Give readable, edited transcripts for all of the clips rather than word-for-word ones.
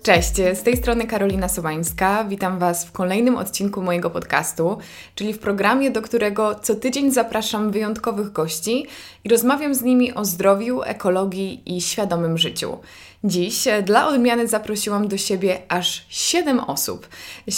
Cześć, z tej strony Karolina Sowańska. Witam Was w kolejnym odcinku mojego podcastu, czyli w programie, do którego co tydzień zapraszam wyjątkowych gości i rozmawiam z nimi o zdrowiu, ekologii i świadomym życiu. Dziś dla odmiany zaprosiłam do siebie aż 7 osób,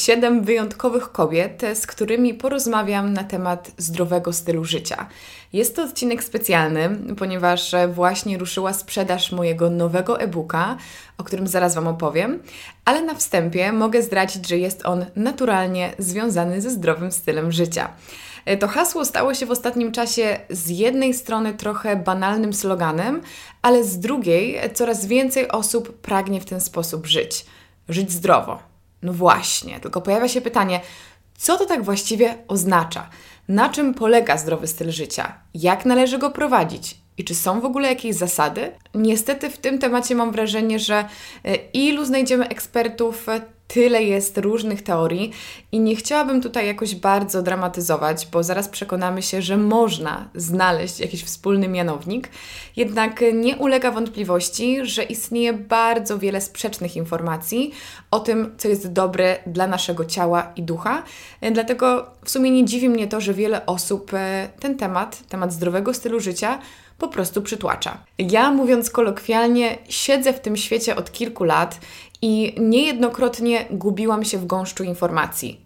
7 wyjątkowych kobiet, z którymi porozmawiam na temat zdrowego stylu życia. Jest to odcinek specjalny, ponieważ właśnie ruszyła sprzedaż mojego nowego e-booka, o którym zaraz Wam opowiem, ale na wstępie mogę zdradzić, że jest on naturalnie związany ze zdrowym stylem życia. To hasło stało się w ostatnim czasie z jednej strony trochę banalnym sloganem, ale z drugiej coraz więcej osób pragnie w ten sposób żyć. Żyć zdrowo. No właśnie, tylko pojawia się pytanie, co to tak właściwie oznacza? Na czym polega zdrowy styl życia? Jak należy go prowadzić? I czy są w ogóle jakieś zasady? Niestety w tym temacie mam wrażenie, że ilu znajdziemy ekspertów, tyle jest różnych teorii i nie chciałabym tutaj jakoś bardzo dramatyzować, bo zaraz przekonamy się, że można znaleźć jakiś wspólny mianownik. Jednak nie ulega wątpliwości, że istnieje bardzo wiele sprzecznych informacji o tym, co jest dobre dla naszego ciała i ducha. Dlatego w sumie nie dziwi mnie to, że wiele osób ten temat zdrowego stylu życia po prostu przytłacza. Ja, mówiąc kolokwialnie, siedzę w tym świecie od kilku lat i niejednokrotnie gubiłam się w gąszczu informacji.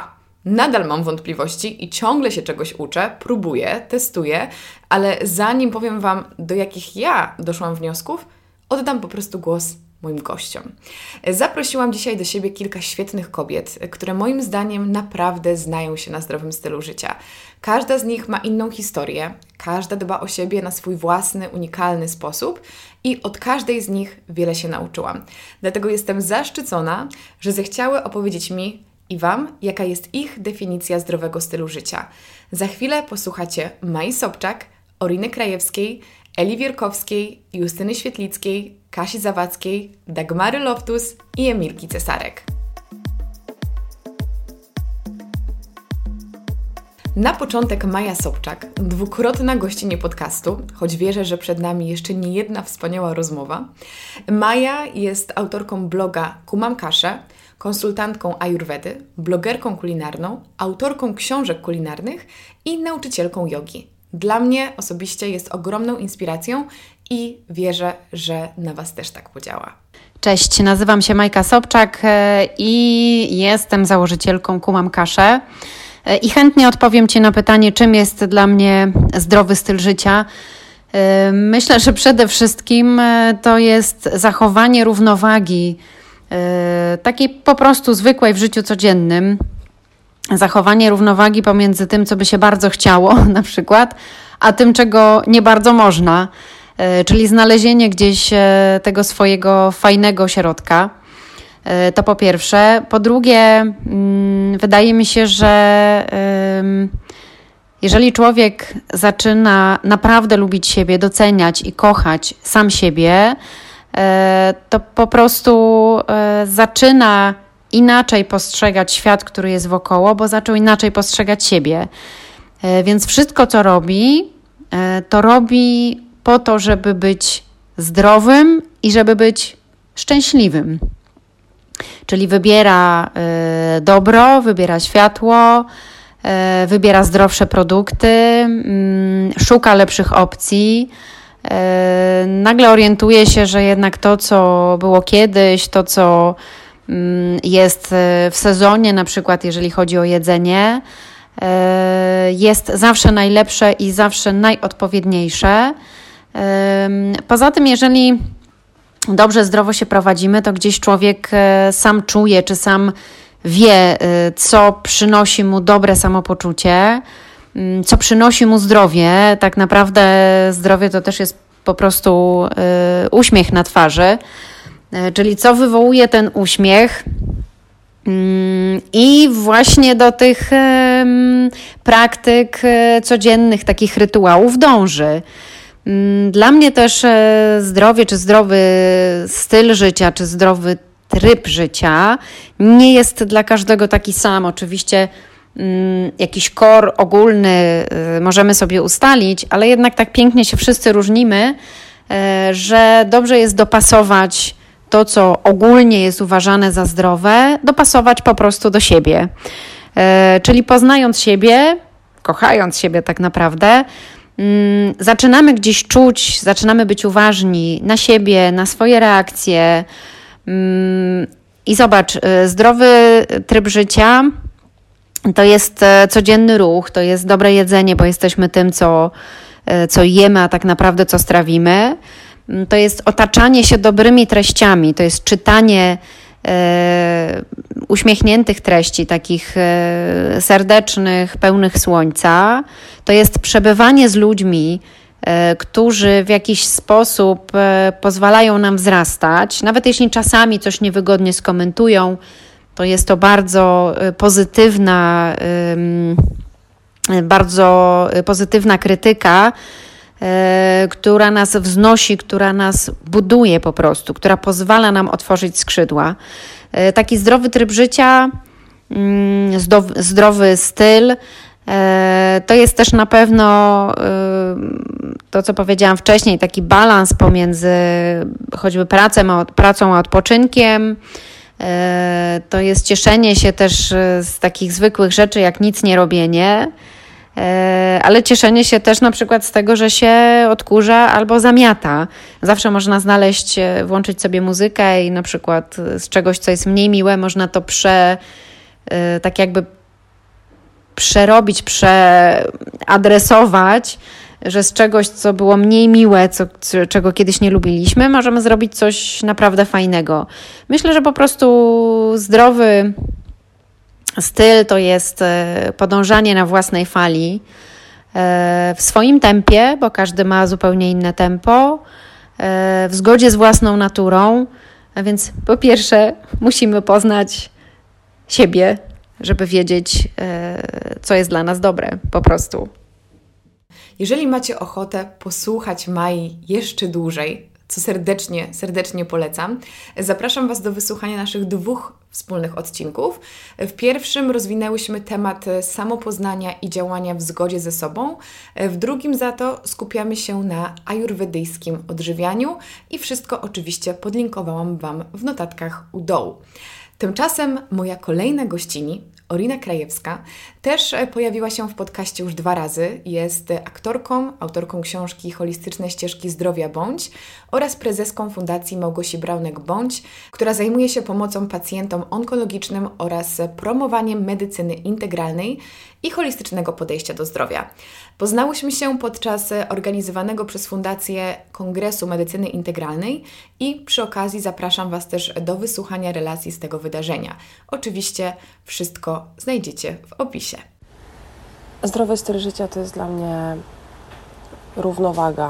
Nadal mam wątpliwości i ciągle się czegoś uczę, próbuję, testuję, ale zanim powiem Wam, do jakich ja doszłam wniosków, oddam po prostu głos moim gościom. Zaprosiłam dzisiaj do siebie kilka świetnych kobiet, które moim zdaniem naprawdę znają się na zdrowym stylu życia. Każda z nich ma inną historię, każda dba o siebie na swój własny, unikalny sposób i od każdej z nich wiele się nauczyłam. Dlatego jestem zaszczycona, że zechciały opowiedzieć mi i Wam, jaka jest ich definicja zdrowego stylu życia. Za chwilę posłuchacie Mai Sobczak, Oriny Krajewskiej, Eli Wierkowskiej, Justyny Świetlickiej, Kasi Zawadzkiej, Dagmary Loftus i Emilki Cesarek. Na początek Maja Sobczak, dwukrotna gościnie podcastu, choć wierzę, że przed nami jeszcze nie jedna wspaniała rozmowa. Maja jest autorką bloga Kumam Kaszę, konsultantką ajurwedy, blogerką kulinarną, autorką książek kulinarnych i nauczycielką jogi. Dla mnie osobiście jest ogromną inspiracją i wierzę, że na Was też tak podziała. Cześć, nazywam się Majka Sobczak i jestem założycielką Kumam Kaszę. I chętnie odpowiem Ci na pytanie, czym jest dla mnie zdrowy styl życia. Myślę, że przede wszystkim to jest zachowanie równowagi, takiej po prostu zwykłej w życiu codziennym. Zachowanie równowagi pomiędzy tym, co by się bardzo chciało na przykład, a tym, czego nie bardzo można, czyli znalezienie gdzieś tego swojego fajnego środka. To po pierwsze. Po drugie, wydaje mi się, że jeżeli człowiek zaczyna naprawdę lubić siebie, doceniać i kochać sam siebie, to po prostu zaczyna inaczej postrzegać świat, który jest wokoło, bo zaczął inaczej postrzegać siebie. Więc wszystko, co robi, to robi po to, żeby być zdrowym i żeby być szczęśliwym. Czyli wybiera dobro, wybiera światło, wybiera zdrowsze produkty, szuka lepszych opcji. Nagle orientuje się, że jednak to, co było kiedyś, to, co jest w sezonie, na przykład jeżeli chodzi o jedzenie, jest zawsze najlepsze i zawsze najodpowiedniejsze. Poza tym, jeżeli dobrze, zdrowo się prowadzimy, to gdzieś człowiek sam czuje, czy sam wie, co przynosi mu dobre samopoczucie, co przynosi mu zdrowie. Tak naprawdę zdrowie to też jest po prostu uśmiech na twarzy, czyli co wywołuje ten uśmiech. I właśnie do tych praktyk codziennych, takich rytuałów dąży. Dla mnie też zdrowie, czy zdrowy styl życia, czy zdrowy tryb życia nie jest dla każdego taki sam. Oczywiście jakiś core ogólny możemy sobie ustalić, ale jednak tak pięknie się wszyscy różnimy, że dobrze jest dopasować to, co ogólnie jest uważane za zdrowe, dopasować po prostu do siebie. Czyli poznając siebie, kochając siebie tak naprawdę, zaczynamy gdzieś czuć, zaczynamy być uważni na siebie, na swoje reakcje. I zobacz, zdrowy tryb życia to jest codzienny ruch, to jest dobre jedzenie, bo jesteśmy tym, co jemy, a tak naprawdę co strawimy. To jest otaczanie się dobrymi treściami, to jest czytanie uśmiechniętych treści, takich serdecznych, pełnych słońca. To jest przebywanie z ludźmi, którzy w jakiś sposób pozwalają nam wzrastać. Nawet jeśli czasami coś niewygodnie skomentują, to jest to bardzo pozytywna krytyka, która nas wznosi, która nas buduje po prostu, która pozwala nam otworzyć skrzydła. Taki zdrowy tryb życia, zdrowy styl, to jest też na pewno to, co powiedziałam wcześniej, taki balans pomiędzy choćby pracą a odpoczynkiem. To jest cieszenie się też z takich zwykłych rzeczy, jak nic nie robienie, ale cieszenie się też na przykład z tego, że się odkurza albo zamiata. Zawsze można włączyć sobie muzykę i na przykład z czegoś, co jest mniej miłe, można to tak jakby przerobić, przeadresować, że z czegoś, co było mniej miłe, czego kiedyś nie lubiliśmy, możemy zrobić coś naprawdę fajnego. Myślę, że po prostu zdrowy styl to jest podążanie na własnej fali, w swoim tempie, bo każdy ma zupełnie inne tempo, w zgodzie z własną naturą, a więc po pierwsze musimy poznać siebie, żeby wiedzieć, co jest dla nas dobre, po prostu. Jeżeli macie ochotę posłuchać Mai jeszcze dłużej, co serdecznie polecam, zapraszam Was do wysłuchania naszych 2 wspólnych odcinków. W pierwszym rozwinęłyśmy temat samopoznania i działania w zgodzie ze sobą. W drugim za to skupiamy się na ajurwedyjskim odżywianiu i wszystko oczywiście podlinkowałam Wam w notatkach u dołu. Tymczasem moja kolejna gościni, Orina Krajewska, też pojawiła się w podcaście już 2 razy. Jest aktorką, autorką książki Holistyczne ścieżki zdrowia bądź oraz prezeską Fundacji Małgosi Braunek-Bądź, która zajmuje się pomocą pacjentom onkologicznym oraz promowaniem medycyny integralnej i holistycznego podejścia do zdrowia. Poznałyśmy się podczas organizowanego przez Fundację Kongresu Medycyny Integralnej i przy okazji zapraszam Was też do wysłuchania relacji z tego wydarzenia. Oczywiście wszystko znajdziecie w opisie. Zdrowy styl życia to jest dla mnie równowaga.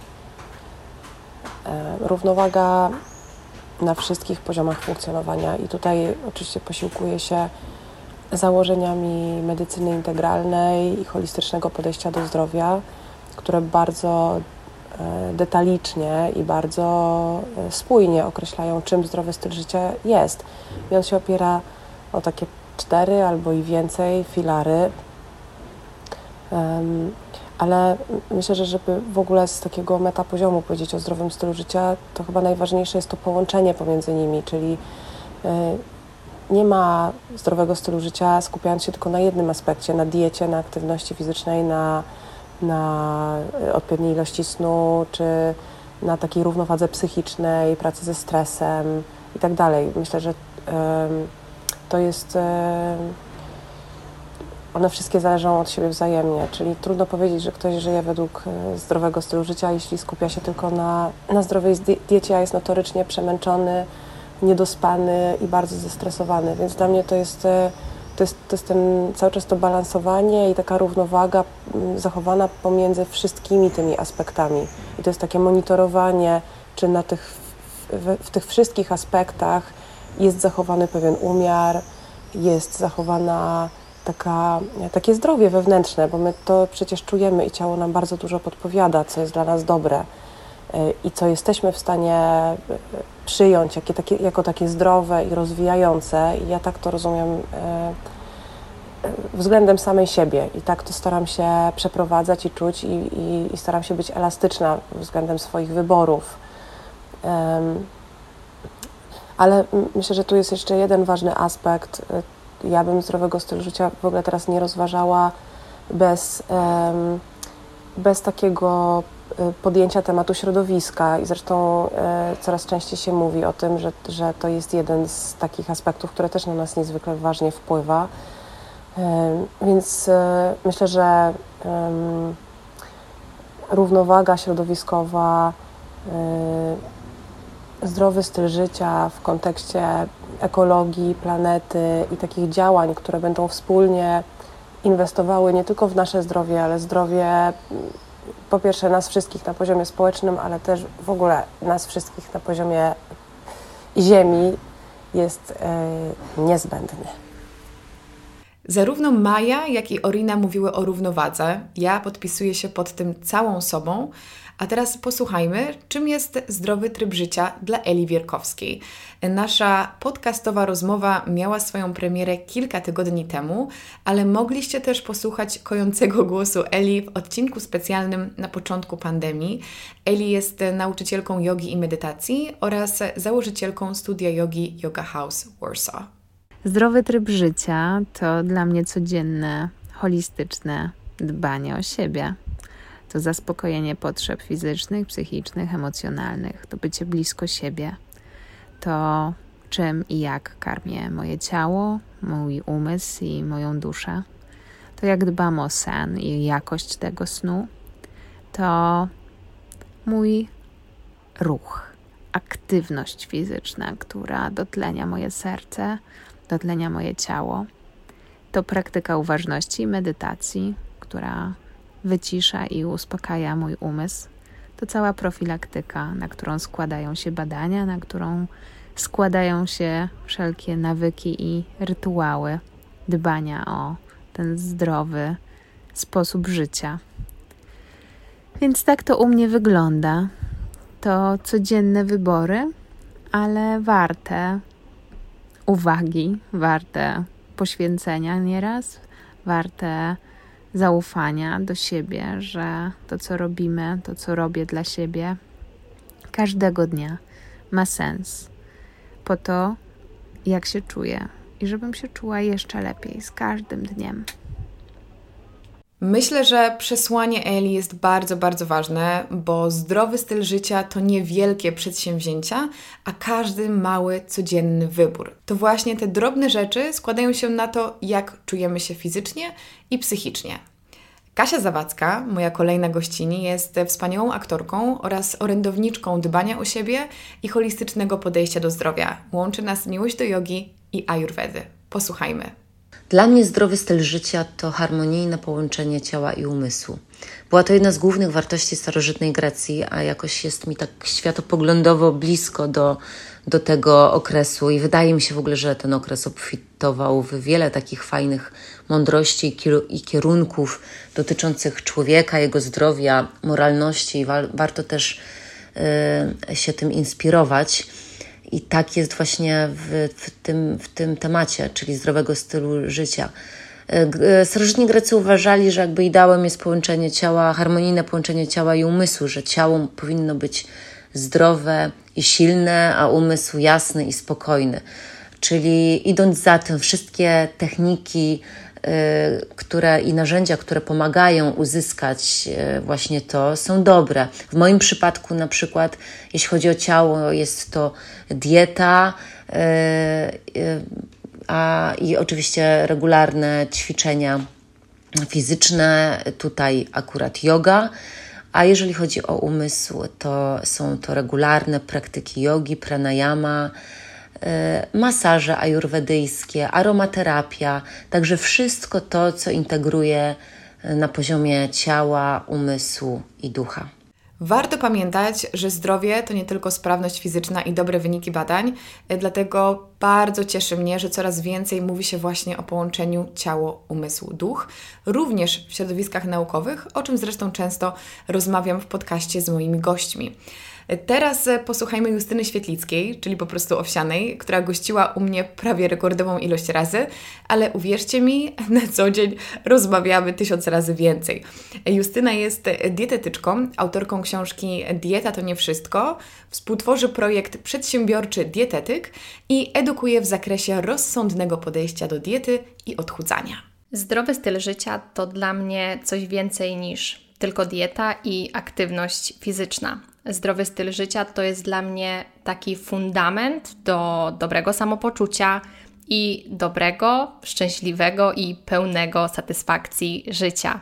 Równowaga na wszystkich poziomach funkcjonowania i tutaj oczywiście posiłkuję się założeniami medycyny integralnej i holistycznego podejścia do zdrowia, które bardzo detalicznie i bardzo spójnie określają, czym zdrowy styl życia jest. I on się opiera o takie 4 albo i więcej filary, ale myślę, że żeby w ogóle z takiego metapoziomu powiedzieć o zdrowym stylu życia, to chyba najważniejsze jest to połączenie pomiędzy nimi, czyli nie ma zdrowego stylu życia skupiając się tylko na jednym aspekcie, na diecie, na aktywności fizycznej, na odpowiedniej ilości snu, czy na takiej równowadze psychicznej, pracy ze stresem i tak dalej. Myślę, że to jest... One wszystkie zależą od siebie wzajemnie, czyli trudno powiedzieć, że ktoś żyje według zdrowego stylu życia, jeśli skupia się tylko na zdrowej diecie, a jest notorycznie przemęczony, niedospany i bardzo zestresowany. Więc dla mnie to jest ten cały czas to balansowanie i taka równowaga zachowana pomiędzy wszystkimi tymi aspektami. I to jest takie monitorowanie, czy w tych wszystkich aspektach jest zachowany pewien umiar, jest zachowana takie zdrowie wewnętrzne, bo my to przecież czujemy i ciało nam bardzo dużo podpowiada, co jest dla nas dobre i co jesteśmy w stanie przyjąć jako takie zdrowe i rozwijające. I ja tak to rozumiem względem samej siebie i tak to staram się przeprowadzać i czuć i staram się być elastyczna względem swoich wyborów. Ale myślę, że tu jest jeszcze jeden ważny aspekt. Ja bym zdrowego stylu życia w ogóle teraz nie rozważała bez takiego podjęcia tematu środowiska i zresztą coraz częściej się mówi o tym, że to jest jeden z takich aspektów, które też na nas niezwykle ważnie wpływa. Więc myślę, że równowaga środowiskowa, zdrowy styl życia w kontekście ekologii, planety i takich działań, które będą wspólnie inwestowały nie tylko w nasze zdrowie, ale zdrowie po pierwsze nas wszystkich na poziomie społecznym, ale też w ogóle nas wszystkich na poziomie Ziemi jest niezbędny. Zarówno Maja, jak i Orina mówiły o równowadze. Ja podpisuję się pod tym całą sobą. A teraz posłuchajmy, czym jest zdrowy tryb życia dla Eli Wierkowskiej. Nasza podcastowa rozmowa miała swoją premierę kilka tygodni temu, ale mogliście też posłuchać kojącego głosu Eli w odcinku specjalnym na początku pandemii. Eli jest nauczycielką jogi i medytacji oraz założycielką studia jogi Yoga House Warsaw. Zdrowy tryb życia to dla mnie codzienne, holistyczne dbanie o siebie. To zaspokojenie potrzeb fizycznych, psychicznych, emocjonalnych, to bycie blisko siebie. To czym i jak karmię moje ciało, mój umysł i moją duszę. To jak dbam o sen i jakość tego snu. To mój ruch, aktywność fizyczna, która dotlenia moje serce, dotlenia moje ciało. To praktyka uważności i medytacji, która wycisza i uspokaja mój umysł. To cała profilaktyka, na którą składają się badania, na którą składają się wszelkie nawyki i rytuały dbania o ten zdrowy sposób życia. Więc tak to u mnie wygląda. To codzienne wybory, ale warte uwagi, warte poświęcenia nieraz, warte zaufania do siebie, że to, co robimy, to, co robię dla siebie każdego dnia ma sens po to, jak się czuję i żebym się czuła jeszcze lepiej z każdym dniem. Myślę, że przesłanie Eli jest bardzo, bardzo ważne, bo zdrowy styl życia to nie wielkie przedsięwzięcia, a każdy mały, codzienny wybór. To właśnie te drobne rzeczy składają się na to, jak czujemy się fizycznie i psychicznie. Kasia Zawadzka, moja kolejna gościni, jest wspaniałą aktorką oraz orędowniczką dbania o siebie i holistycznego podejścia do zdrowia. Łączy nas miłość do jogi i ajurwedy. Posłuchajmy. Dla mnie zdrowy styl życia to harmonijne połączenie ciała i umysłu. Była to jedna z głównych wartości starożytnej Grecji, a jakoś jest mi tak światopoglądowo blisko do tego okresu i wydaje mi się w ogóle, że ten okres obfitował w wiele takich fajnych mądrości i kierunków dotyczących człowieka, jego zdrowia, moralności i warto też się tym inspirować. I tak jest właśnie w tym temacie, czyli zdrowego stylu życia. Starożytni Grecy uważali, że jakby ideałem jest połączenie ciała, harmonijne połączenie ciała i umysłu, że ciało powinno być zdrowe i silne, a umysł jasny i spokojny. Czyli idąc za tym, wszystkie techniki i narzędzia, które pomagają uzyskać właśnie to, są dobre. W moim przypadku na przykład, jeśli chodzi o ciało, jest to dieta i oczywiście regularne ćwiczenia fizyczne, tutaj akurat yoga. A jeżeli chodzi o umysł, to są to regularne praktyki jogi, pranayama, masaże ajurwedyjskie, aromaterapia, także wszystko to, co integruje na poziomie ciała, umysłu i ducha. Warto pamiętać, że zdrowie to nie tylko sprawność fizyczna i dobre wyniki badań, dlatego bardzo cieszy mnie, że coraz więcej mówi się właśnie o połączeniu ciało, umysł, duch, również w środowiskach naukowych, o czym zresztą często rozmawiam w podcaście z moimi gośćmi. Teraz posłuchajmy Justyny Świetlickiej, czyli po prostu Owsianej, która gościła u mnie prawie rekordową ilość razy, ale uwierzcie mi, na co dzień rozmawiamy 1000 razy więcej. Justyna jest dietetyczką, autorką książki Dieta to nie wszystko, współtworzy projekt Przedsiębiorczy Dietetyk i edukuje w zakresie rozsądnego podejścia do diety i odchudzania. Zdrowy styl życia to dla mnie coś więcej niż tylko dieta i aktywność fizyczna. Zdrowy styl życia to jest dla mnie taki fundament do dobrego samopoczucia i dobrego, szczęśliwego i pełnego satysfakcji życia.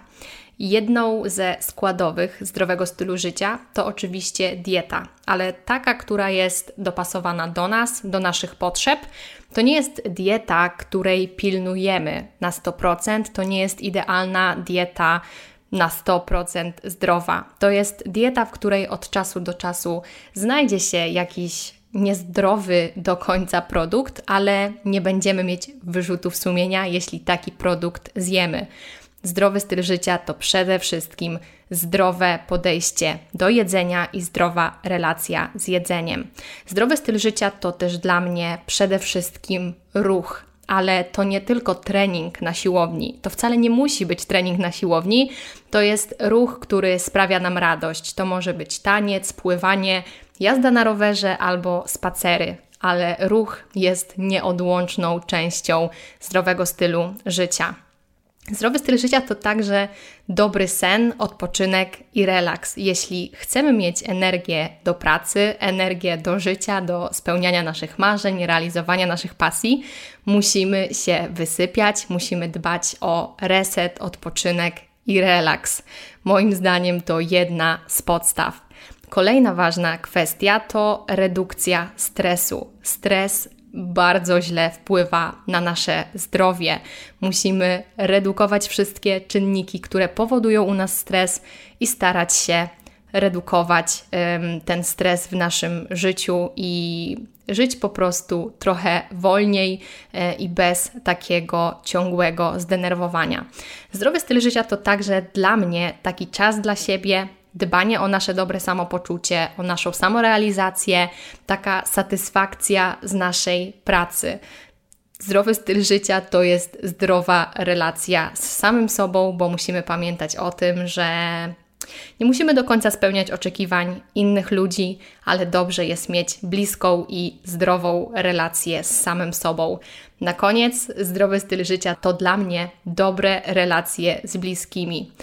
Jedną ze składowych zdrowego stylu życia to oczywiście dieta, ale taka, która jest dopasowana do nas, do naszych potrzeb. To nie jest dieta, której pilnujemy na 100%, to nie jest idealna dieta na 100% zdrowa. To jest dieta, w której od czasu do czasu znajdzie się jakiś niezdrowy do końca produkt, ale nie będziemy mieć wyrzutów sumienia, jeśli taki produkt zjemy. Zdrowy styl życia to przede wszystkim zdrowe podejście do jedzenia i zdrowa relacja z jedzeniem. Zdrowy styl życia to też dla mnie przede wszystkim ruch, ale to nie tylko trening na siłowni. To wcale nie musi być trening na siłowni, to jest ruch, który sprawia nam radość. To może być taniec, pływanie, jazda na rowerze albo spacery, ale ruch jest nieodłączną częścią zdrowego stylu życia. Zdrowy styl życia to także dobry sen, odpoczynek i relaks. Jeśli chcemy mieć energię do pracy, energię do życia, do spełniania naszych marzeń, realizowania naszych pasji, musimy się wysypiać, musimy dbać o reset, odpoczynek i relaks. Moim zdaniem to jedna z podstaw. Kolejna ważna kwestia to redukcja stresu. Stres bardzo źle wpływa na nasze zdrowie. Musimy redukować wszystkie czynniki, które powodują u nas stres i starać się redukować ten stres w naszym życiu i żyć po prostu trochę wolniej i bez takiego ciągłego zdenerwowania. Zdrowy styl życia to także dla mnie taki czas dla siebie, dbanie o nasze dobre samopoczucie, o naszą samorealizację, taka satysfakcja z naszej pracy. Zdrowy styl życia to jest zdrowa relacja z samym sobą, bo musimy pamiętać o tym, że nie musimy do końca spełniać oczekiwań innych ludzi, ale dobrze jest mieć bliską i zdrową relację z samym sobą. Na koniec, zdrowy styl życia to dla mnie dobre relacje z bliskimi.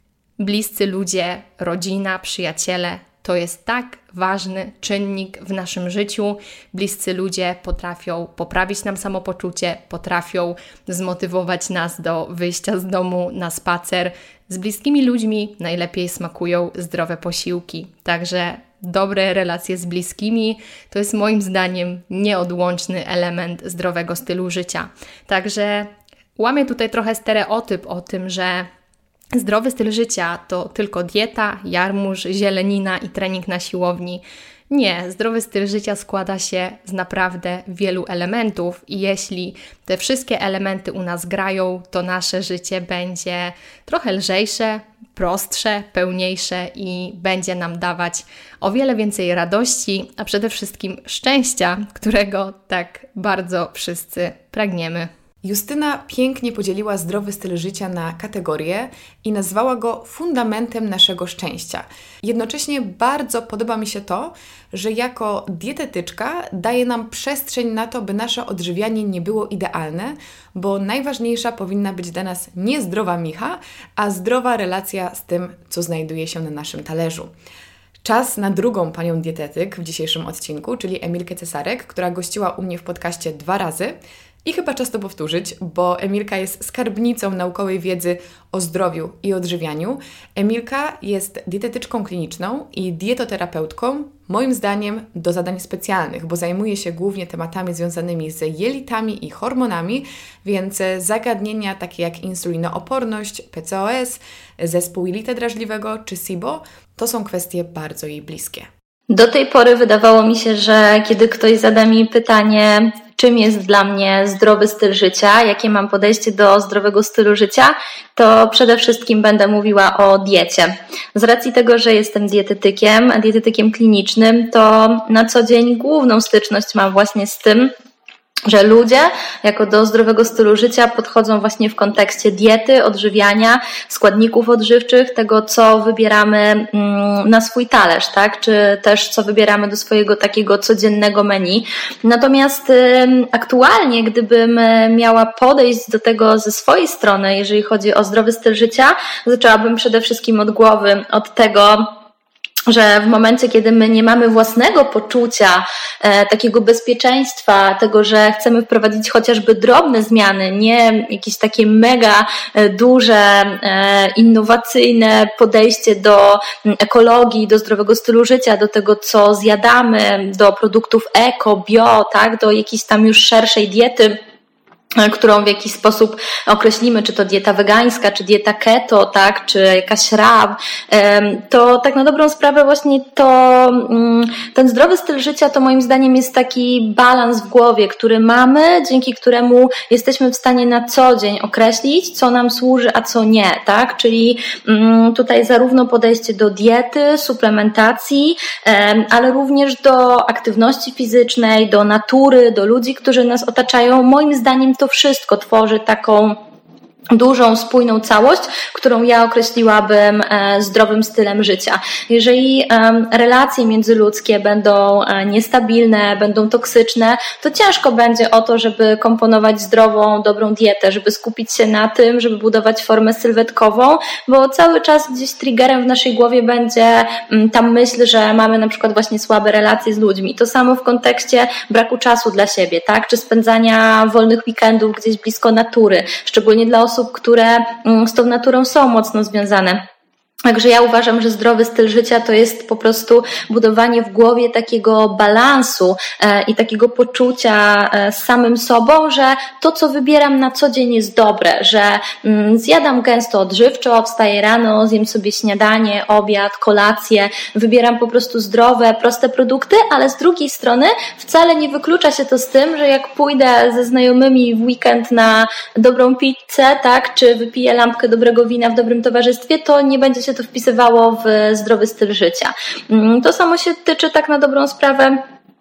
Bliscy ludzie, rodzina, przyjaciele to jest tak ważny czynnik w naszym życiu. Bliscy ludzie potrafią poprawić nam samopoczucie, potrafią zmotywować nas do wyjścia z domu na spacer. Z bliskimi ludźmi najlepiej smakują zdrowe posiłki. Także dobre relacje z bliskimi to jest moim zdaniem nieodłączny element zdrowego stylu życia. Także łamię tutaj trochę stereotyp o tym, że zdrowy styl życia to tylko dieta, jarmuż, zielenina i trening na siłowni. Nie, zdrowy styl życia składa się z naprawdę wielu elementów i jeśli te wszystkie elementy u nas grają, to nasze życie będzie trochę lżejsze, prostsze, pełniejsze i będzie nam dawać o wiele więcej radości, a przede wszystkim szczęścia, którego tak bardzo wszyscy pragniemy. Justyna pięknie podzieliła zdrowy styl życia na kategorie i nazwała go fundamentem naszego szczęścia. Jednocześnie bardzo podoba mi się to, że jako dietetyczka daje nam przestrzeń na to, by nasze odżywianie nie było idealne, bo najważniejsza powinna być dla nas nie zdrowa micha, a zdrowa relacja z tym, co znajduje się na naszym talerzu. Czas na drugą panią dietetyk w dzisiejszym odcinku, czyli Emilkę Cesarek, która gościła u mnie w podcaście 2 razy. I chyba czas to powtórzyć, bo Emilka jest skarbnicą naukowej wiedzy o zdrowiu i odżywianiu. Emilka jest dietetyczką kliniczną i dietoterapeutką, moim zdaniem do zadań specjalnych, bo zajmuje się głównie tematami związanymi z jelitami i hormonami, więc zagadnienia takie jak insulinooporność, PCOS, zespół jelita drażliwego czy SIBO to są kwestie bardzo jej bliskie. Do tej pory wydawało mi się, że kiedy ktoś zada mi pytanie, czym jest dla mnie zdrowy styl życia, jakie mam podejście do zdrowego stylu życia, to przede wszystkim będę mówiła o diecie. Z racji tego, że jestem dietetykiem klinicznym, to na co dzień główną styczność mam właśnie z tym, że ludzie jako do zdrowego stylu życia podchodzą właśnie w kontekście diety, odżywiania, składników odżywczych, tego co wybieramy na swój talerz, tak? Czy też co wybieramy do swojego takiego codziennego menu. Natomiast aktualnie, gdybym miała podejść do tego ze swojej strony, jeżeli chodzi o zdrowy styl życia, zaczęłabym przede wszystkim od głowy, od tego, że w momencie, kiedy my nie mamy własnego poczucia, takiego bezpieczeństwa, tego, że chcemy wprowadzić chociażby drobne zmiany, nie jakieś takie mega duże, innowacyjne podejście do ekologii, do zdrowego stylu życia, do tego, co zjadamy, do produktów eko, bio, tak, do jakiejś tam już szerszej diety, którą w jakiś sposób określimy, czy to dieta wegańska, czy dieta keto, tak, czy jakaś RAW, to tak na dobrą sprawę właśnie ten zdrowy styl życia to moim zdaniem jest taki balans w głowie, który mamy, dzięki któremu jesteśmy w stanie na co dzień określić, co nam służy, a co nie, tak, czyli tutaj zarówno podejście do diety, suplementacji, ale również do aktywności fizycznej, do natury, do ludzi, którzy nas otaczają, moim zdaniem to wszystko tworzy taką dużą, spójną całość, którą ja określiłabym zdrowym stylem życia. Jeżeli relacje międzyludzkie będą niestabilne, będą toksyczne, to ciężko będzie o to, żeby komponować zdrową, dobrą dietę, żeby skupić się na tym, żeby budować formę sylwetkową, bo cały czas gdzieś triggerem w naszej głowie będzie ta myśl, że mamy na przykład właśnie słabe relacje z ludźmi. To samo w kontekście braku czasu dla siebie, tak? Czy spędzania wolnych weekendów gdzieś blisko natury, szczególnie dla osób, które z tą naturą są mocno związane. Także ja uważam, że zdrowy styl życia to jest po prostu budowanie w głowie takiego balansu i takiego poczucia z samym sobą, że to, co wybieram na co dzień jest dobre, że zjadam gęsto odżywczo, wstaję rano, zjem sobie śniadanie, obiad, kolację, wybieram po prostu zdrowe, proste produkty, ale z drugiej strony wcale nie wyklucza się to z tym, że jak pójdę ze znajomymi w weekend na dobrą pizzę, tak, czy wypiję lampkę dobrego wina w dobrym towarzystwie, to nie będzie się to wpisywało w zdrowy styl życia. To samo się tyczy tak na dobrą sprawę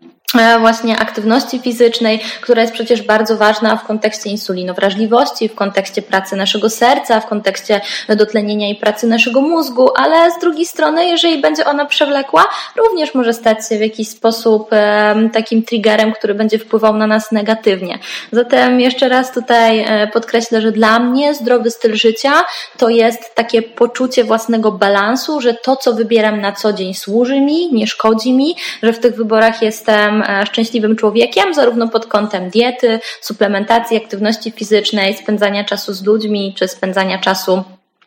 właśnie aktywności fizycznej, która jest przecież bardzo ważna w kontekście insulinowrażliwości, w kontekście pracy naszego serca, w kontekście dotlenienia i pracy naszego mózgu, ale z drugiej strony, jeżeli będzie ona przewlekła, również może stać się w jakiś sposób takim triggerem, który będzie wpływał na nas negatywnie. Zatem jeszcze raz tutaj podkreślę, że dla mnie zdrowy styl życia to jest takie poczucie własnego balansu, że to, co wybieram na co dzień służy mi, nie szkodzi mi, że w tych wyborach jestem szczęśliwym człowiekiem, zarówno pod kątem diety, suplementacji, aktywności fizycznej, spędzania czasu z ludźmi, czy spędzania czasu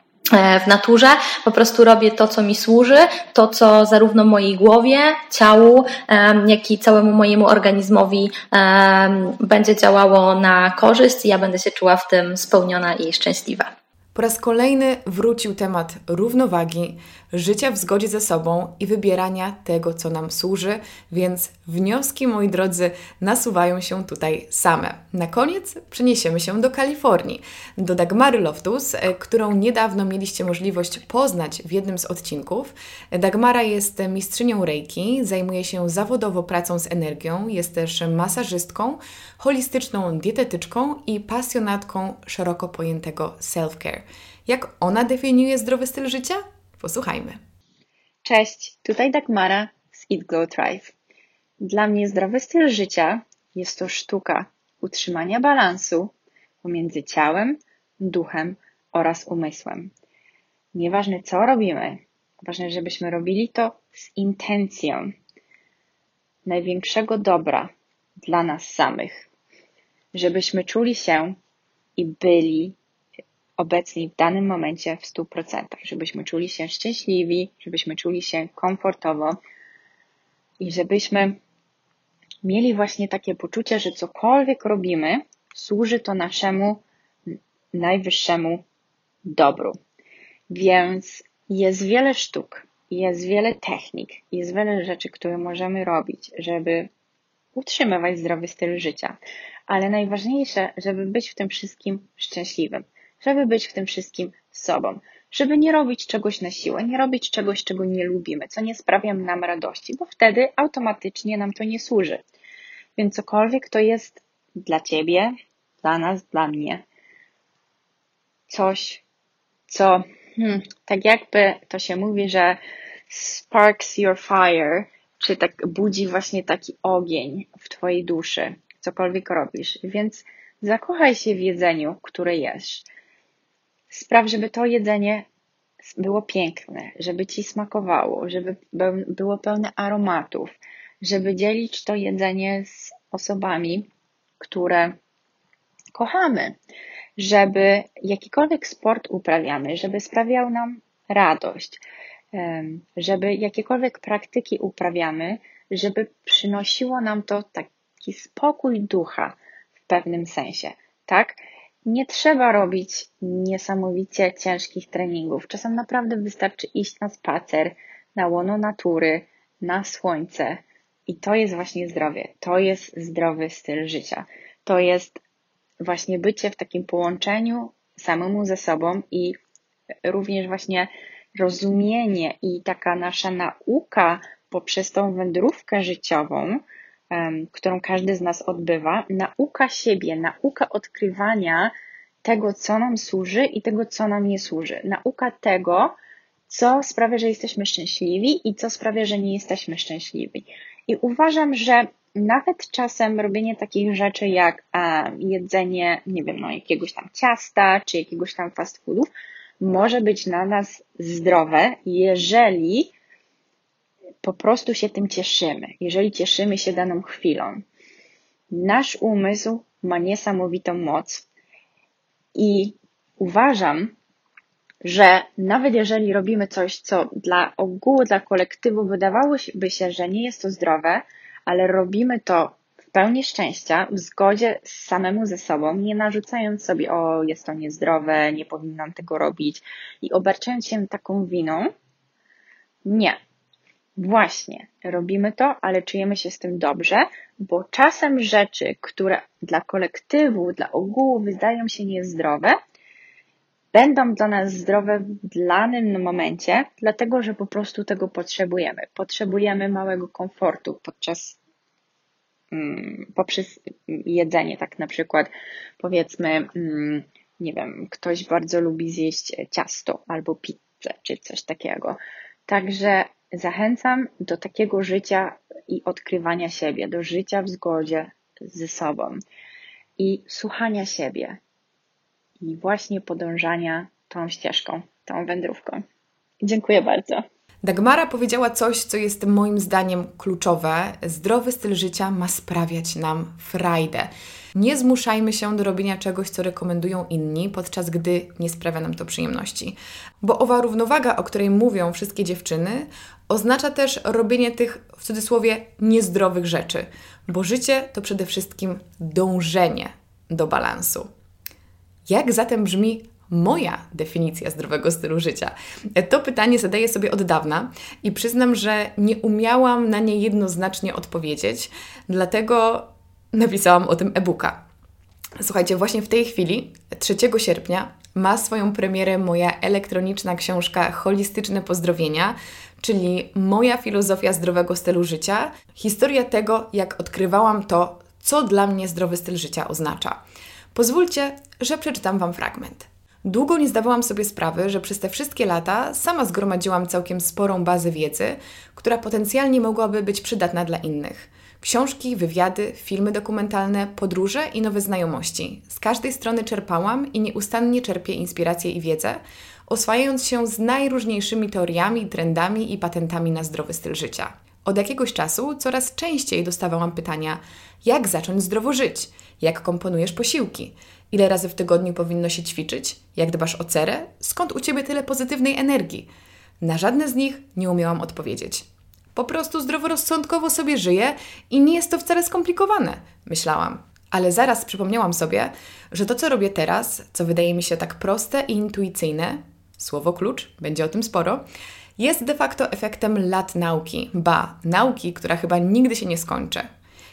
w naturze. Po prostu robię to, co mi służy, to, co zarówno mojej głowie, ciału, jak i całemu mojemu organizmowi będzie działało na korzyść i ja będę się czuła w tym spełniona i szczęśliwa. Po raz kolejny wrócił temat równowagi, życia w zgodzie ze sobą i wybierania tego, co nam służy, więc wnioski, moi drodzy, nasuwają się tutaj same. Na koniec przeniesiemy się do Kalifornii, do Dagmary Loftus, którą niedawno mieliście możliwość poznać w jednym z odcinków. Dagmara jest mistrzynią Reiki, zajmuje się zawodowo pracą z energią, jest też masażystką, holistyczną dietetyczką i pasjonatką szeroko pojętego self-care. Jak ona definiuje zdrowy styl życia? Posłuchajmy. Cześć, tutaj Dagmara z Eat Glow Thrive. Dla mnie zdrowy styl życia jest to sztuka utrzymania balansu pomiędzy ciałem, duchem oraz umysłem. Nieważne co robimy, ważne, żebyśmy robili to z intencją największego dobra dla nas samych. Żebyśmy czuli się i byli obecni w danym momencie w 100%, żebyśmy czuli się szczęśliwi, żebyśmy czuli się komfortowo i żebyśmy mieli właśnie takie poczucie, że cokolwiek robimy, służy to naszemu najwyższemu dobru. Więc jest wiele sztuk, jest wiele technik, jest wiele rzeczy, które możemy robić, żeby utrzymywać zdrowy styl życia. Ale najważniejsze, żeby być w tym wszystkim szczęśliwym, żeby być w tym wszystkim sobą, żeby nie robić czegoś na siłę, nie robić czegoś, czego nie lubimy, co nie sprawia nam radości, bo wtedy automatycznie nam to nie służy. Więc cokolwiek to jest dla Ciebie, dla nas, dla mnie, coś, co tak jakby to się mówi, że sparks your fire, czy tak budzi właśnie taki ogień w Twojej duszy, cokolwiek robisz. Więc zakochaj się w jedzeniu, które jesz. Spraw, żeby to jedzenie było piękne, żeby Ci smakowało, żeby było pełne aromatów, żeby dzielić to jedzenie z osobami, które kochamy, żeby jakikolwiek sport uprawiamy, żeby sprawiał nam radość, żeby jakiekolwiek praktyki uprawiamy, żeby przynosiło nam to taki spokój ducha w pewnym sensie, tak? Nie trzeba robić niesamowicie ciężkich treningów. Czasem naprawdę wystarczy iść na spacer, na łono natury, na słońce i to jest właśnie zdrowie. To jest zdrowy styl życia. To jest właśnie bycie w takim połączeniu samemu ze sobą i również właśnie rozumienie i taka nasza nauka poprzez tą wędrówkę życiową, którą każdy z nas odbywa, nauka siebie, nauka odkrywania tego, co nam służy i tego, co nam nie służy. Nauka tego, co sprawia, że jesteśmy szczęśliwi i co sprawia, że nie jesteśmy szczęśliwi. I uważam, że nawet czasem robienie takich rzeczy jak jedzenie, nie wiem, jakiegoś tam ciasta czy jakiegoś tam fast foodów może być dla nas zdrowe, jeżeli po prostu się tym cieszymy, jeżeli cieszymy się daną chwilą. Nasz umysł ma niesamowitą moc i uważam, że nawet jeżeli robimy coś, co dla ogółu, dla kolektywu wydawałoby się, że nie jest to zdrowe, ale robimy to w pełni szczęścia, w zgodzie samemu ze sobą, nie narzucając sobie, jest to niezdrowe, nie powinnam tego robić i obarczając się taką winą. Nie. Właśnie, robimy to, ale czujemy się z tym dobrze, bo czasem rzeczy, które dla kolektywu, dla ogółu wydają się niezdrowe, będą dla nas zdrowe w danym momencie, dlatego że po prostu tego potrzebujemy. Potrzebujemy małego komfortu poprzez jedzenie. Tak na przykład powiedzmy, nie wiem, ktoś bardzo lubi zjeść ciasto albo pizzę czy coś takiego. Także zachęcam do takiego życia i odkrywania siebie, do życia w zgodzie ze sobą i słuchania siebie i właśnie podążania tą ścieżką, tą wędrówką. Dziękuję bardzo. Dagmara powiedziała coś, co jest moim zdaniem kluczowe. Zdrowy styl życia ma sprawiać nam frajdę. Nie zmuszajmy się do robienia czegoś, co rekomendują inni, podczas gdy nie sprawia nam to przyjemności. Bo owa równowaga, o której mówią wszystkie dziewczyny, oznacza też robienie tych, w cudzysłowie, niezdrowych rzeczy. Bo życie to przede wszystkim dążenie do balansu. Jak zatem brzmi moja definicja zdrowego stylu życia? To pytanie zadaję sobie od dawna i przyznam, że nie umiałam na nie jednoznacznie odpowiedzieć, dlatego napisałam o tym e-booka. Słuchajcie, właśnie w tej chwili, 3 sierpnia, ma swoją premierę moja elektroniczna książka Holistyczne Pozdrowienia, czyli moja filozofia zdrowego stylu życia, historia tego, jak odkrywałam to, co dla mnie zdrowy styl życia oznacza. Pozwólcie, że przeczytam Wam fragment. Długo nie zdawałam sobie sprawy, że przez te wszystkie lata sama zgromadziłam całkiem sporą bazę wiedzy, która potencjalnie mogłaby być przydatna dla innych. Książki, wywiady, filmy dokumentalne, podróże i nowe znajomości. Z każdej strony czerpałam i nieustannie czerpię inspirację i wiedzę, oswajając się z najróżniejszymi teoriami, trendami i patentami na zdrowy styl życia. Od jakiegoś czasu coraz częściej dostawałam pytania, jak zacząć zdrowo żyć, jak komponujesz posiłki, ile razy w tygodniu powinno się ćwiczyć, jak dbasz o cerę, skąd u Ciebie tyle pozytywnej energii. Na żadne z nich nie umiałam odpowiedzieć. Po prostu zdroworozsądkowo sobie żyję i nie jest to wcale skomplikowane, myślałam. Ale zaraz przypomniałam sobie, że to, co robię teraz, co wydaje mi się tak proste i intuicyjne, słowo klucz, będzie o tym sporo, jest de facto efektem lat nauki, nauki, która chyba nigdy się nie skończy.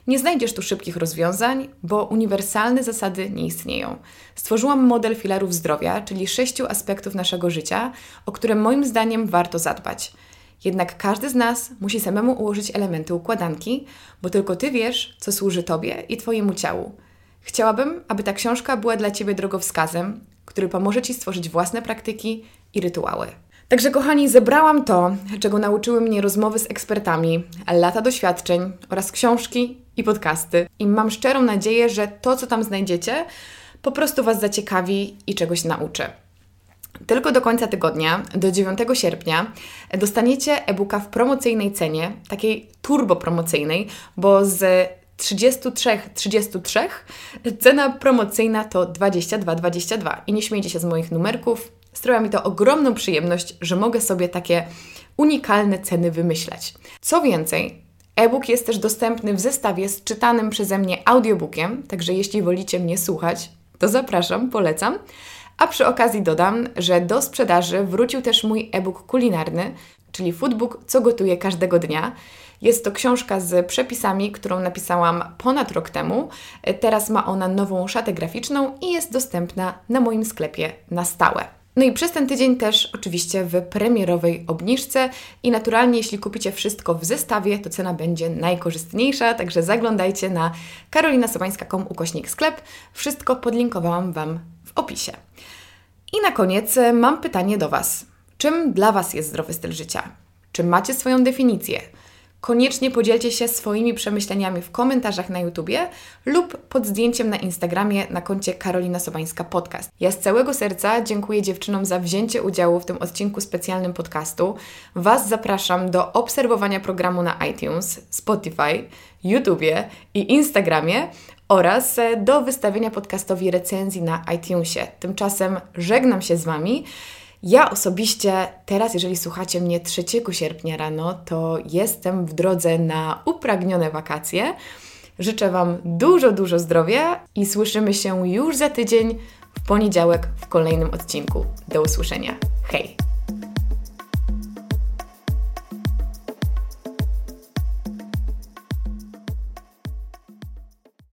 Nie znajdziesz tu szybkich rozwiązań, bo uniwersalne zasady nie istnieją. Stworzyłam model filarów zdrowia, czyli 6 aspektów naszego życia, o które moim zdaniem warto zadbać. Jednak każdy z nas musi samemu ułożyć elementy układanki, bo tylko Ty wiesz, co służy Tobie i Twojemu ciału. Chciałabym, aby ta książka była dla Ciebie drogowskazem, który pomoże Ci stworzyć własne praktyki i rytuały. Także kochani, zebrałam to, czego nauczyły mnie rozmowy z ekspertami, lata doświadczeń oraz książki i podcasty. I mam szczerą nadzieję, że to, co tam znajdziecie, po prostu Was zaciekawi i czegoś nauczy. Tylko do końca tygodnia, do 9 sierpnia, dostaniecie e-booka w promocyjnej cenie, takiej turbo promocyjnej, bo z 33 cena promocyjna to 22,22 i nie śmiejcie się z moich numerków. Sprawia mi to ogromną przyjemność, że mogę sobie takie unikalne ceny wymyślać. Co więcej, e-book jest też dostępny w zestawie z czytanym przeze mnie audiobookiem, także jeśli wolicie mnie słuchać, to zapraszam, polecam. A przy okazji dodam, że do sprzedaży wrócił też mój e-book kulinarny, czyli Foodbook, co gotuję każdego dnia. Jest to książka z przepisami, którą napisałam ponad rok temu. Teraz ma ona nową szatę graficzną i jest dostępna na moim sklepie na stałe. No i przez ten tydzień też oczywiście w premierowej obniżce i naturalnie jeśli kupicie wszystko w zestawie, to cena będzie najkorzystniejsza, także zaglądajcie na karolinasobańska.com/sklep. Wszystko podlinkowałam Wam w opisie. I na koniec mam pytanie do Was. Czym dla Was jest zdrowy styl życia? Czy macie swoją definicję? Koniecznie podzielcie się swoimi przemyśleniami w komentarzach na YouTubie lub pod zdjęciem na Instagramie na koncie Karolina Sobańska Podcast. Ja z całego serca dziękuję dziewczynom za wzięcie udziału w tym odcinku specjalnym podcastu. Was zapraszam do obserwowania programu na iTunes, Spotify, YouTubie i Instagramie oraz do wystawienia podcastowi recenzji na iTunesie. Tymczasem żegnam się z Wami. Ja osobiście teraz, jeżeli słuchacie mnie 3 sierpnia rano, to jestem w drodze na upragnione wakacje. Życzę Wam dużo zdrowia i słyszymy się już za tydzień w poniedziałek w kolejnym odcinku. Do usłyszenia. Hej!